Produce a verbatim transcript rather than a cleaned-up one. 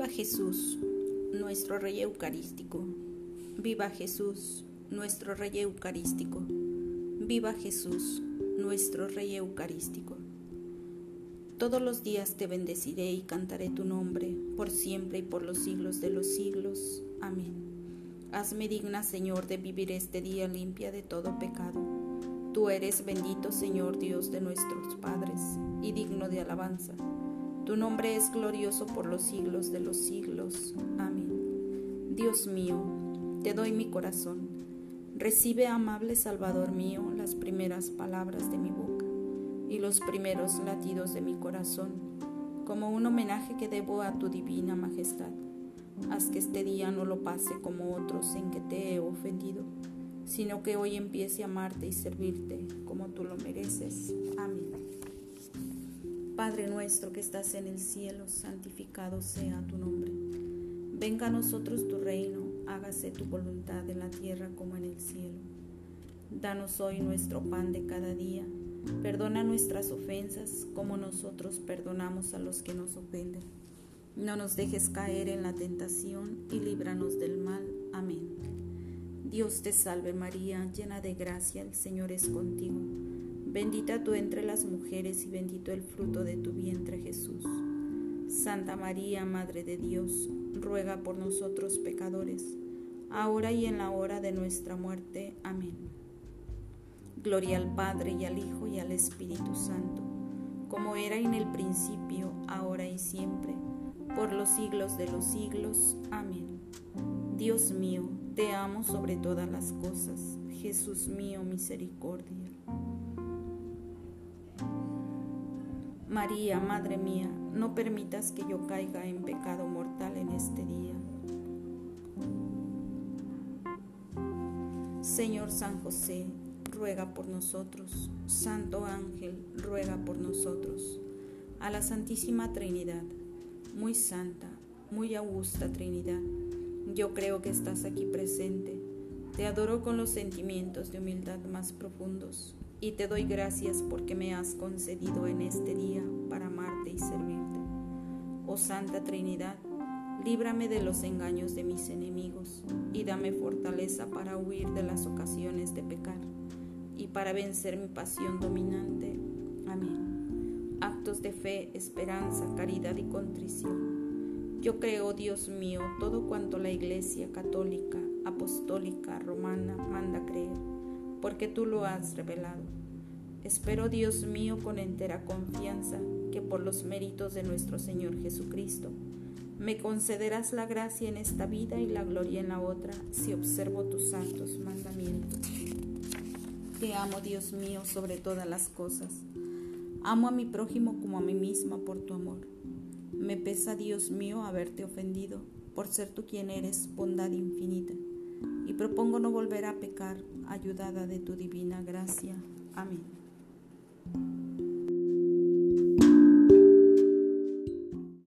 Jesús, nuestro Rey Eucarístico. Viva Jesús, nuestro Rey Eucarístico. Viva Jesús, nuestro Rey Eucarístico. Todos los días te bendeciré y cantaré tu nombre, por siempre y por los siglos de los siglos. Amén. Hazme digna, Señor, de vivir este día limpia de todo pecado. Tú eres bendito, Señor, Dios de nuestros padres, y digno de alabanza. Tu nombre es glorioso por los siglos de los siglos. Amén. Dios mío, te doy mi corazón. Recibe, amable Salvador mío, las primeras palabras de mi boca y los primeros latidos de mi corazón, como un homenaje que debo a tu divina majestad. Haz que este día no lo pase como otros en que te he ofendido, sino que hoy empiece a amarte y servirte como tú lo mereces. Amén. Padre nuestro que estás en el cielo, santificado sea tu nombre. Venga a nosotros tu reino, hágase tu voluntad en la tierra como en el cielo. Danos hoy nuestro pan de cada día. Perdona nuestras ofensas como nosotros perdonamos a los que nos ofenden. No nos dejes caer en la tentación y líbranos del mal. Amén. Dios te salve María, llena de gracia, el Señor es contigo. Bendita tú entre las mujeres y bendito el fruto de tu vientre Jesús. Santa María, Madre de Dios, ruega por nosotros pecadores, ahora y en la hora de nuestra muerte. Amén. Gloria al Padre y al Hijo y al Espíritu Santo, como era en el principio, ahora y siempre, por los siglos de los siglos. Amén. Dios mío, te amo sobre todas las cosas. Jesús mío, misericordia. María, Madre mía, no permitas que yo caiga en pecado mortal en este día. Señor San José, ruega por nosotros. Santo Ángel, ruega por nosotros. A la Santísima Trinidad, muy santa, muy augusta Trinidad, yo creo que estás aquí presente. Te adoro con los sentimientos de humildad más profundos y te doy gracias porque me has concedido en este día para amarte y servirte. Oh Santa Trinidad, líbrame de los engaños de mis enemigos y dame fortaleza para huir de las ocasiones de pecar y para vencer mi pasión dominante. Amén. Actos de fe, esperanza, caridad y contrición. Yo creo, Dios mío, todo cuanto la Iglesia católica, apostólica, romana manda creer, porque tú lo has revelado. Espero, Dios mío, con entera confianza, que por los méritos de nuestro Señor Jesucristo, me concederás la gracia en esta vida y la gloria en la otra, si observo tus santos mandamientos. Te amo, Dios mío, sobre todas las cosas. Amo a mi prójimo como a mí misma por tu amor. Me pesa, Dios mío, haberte ofendido, por ser tú quien eres, bondad infinita, y propongo no volver a pecar, ayudada de tu divina gracia. Amén.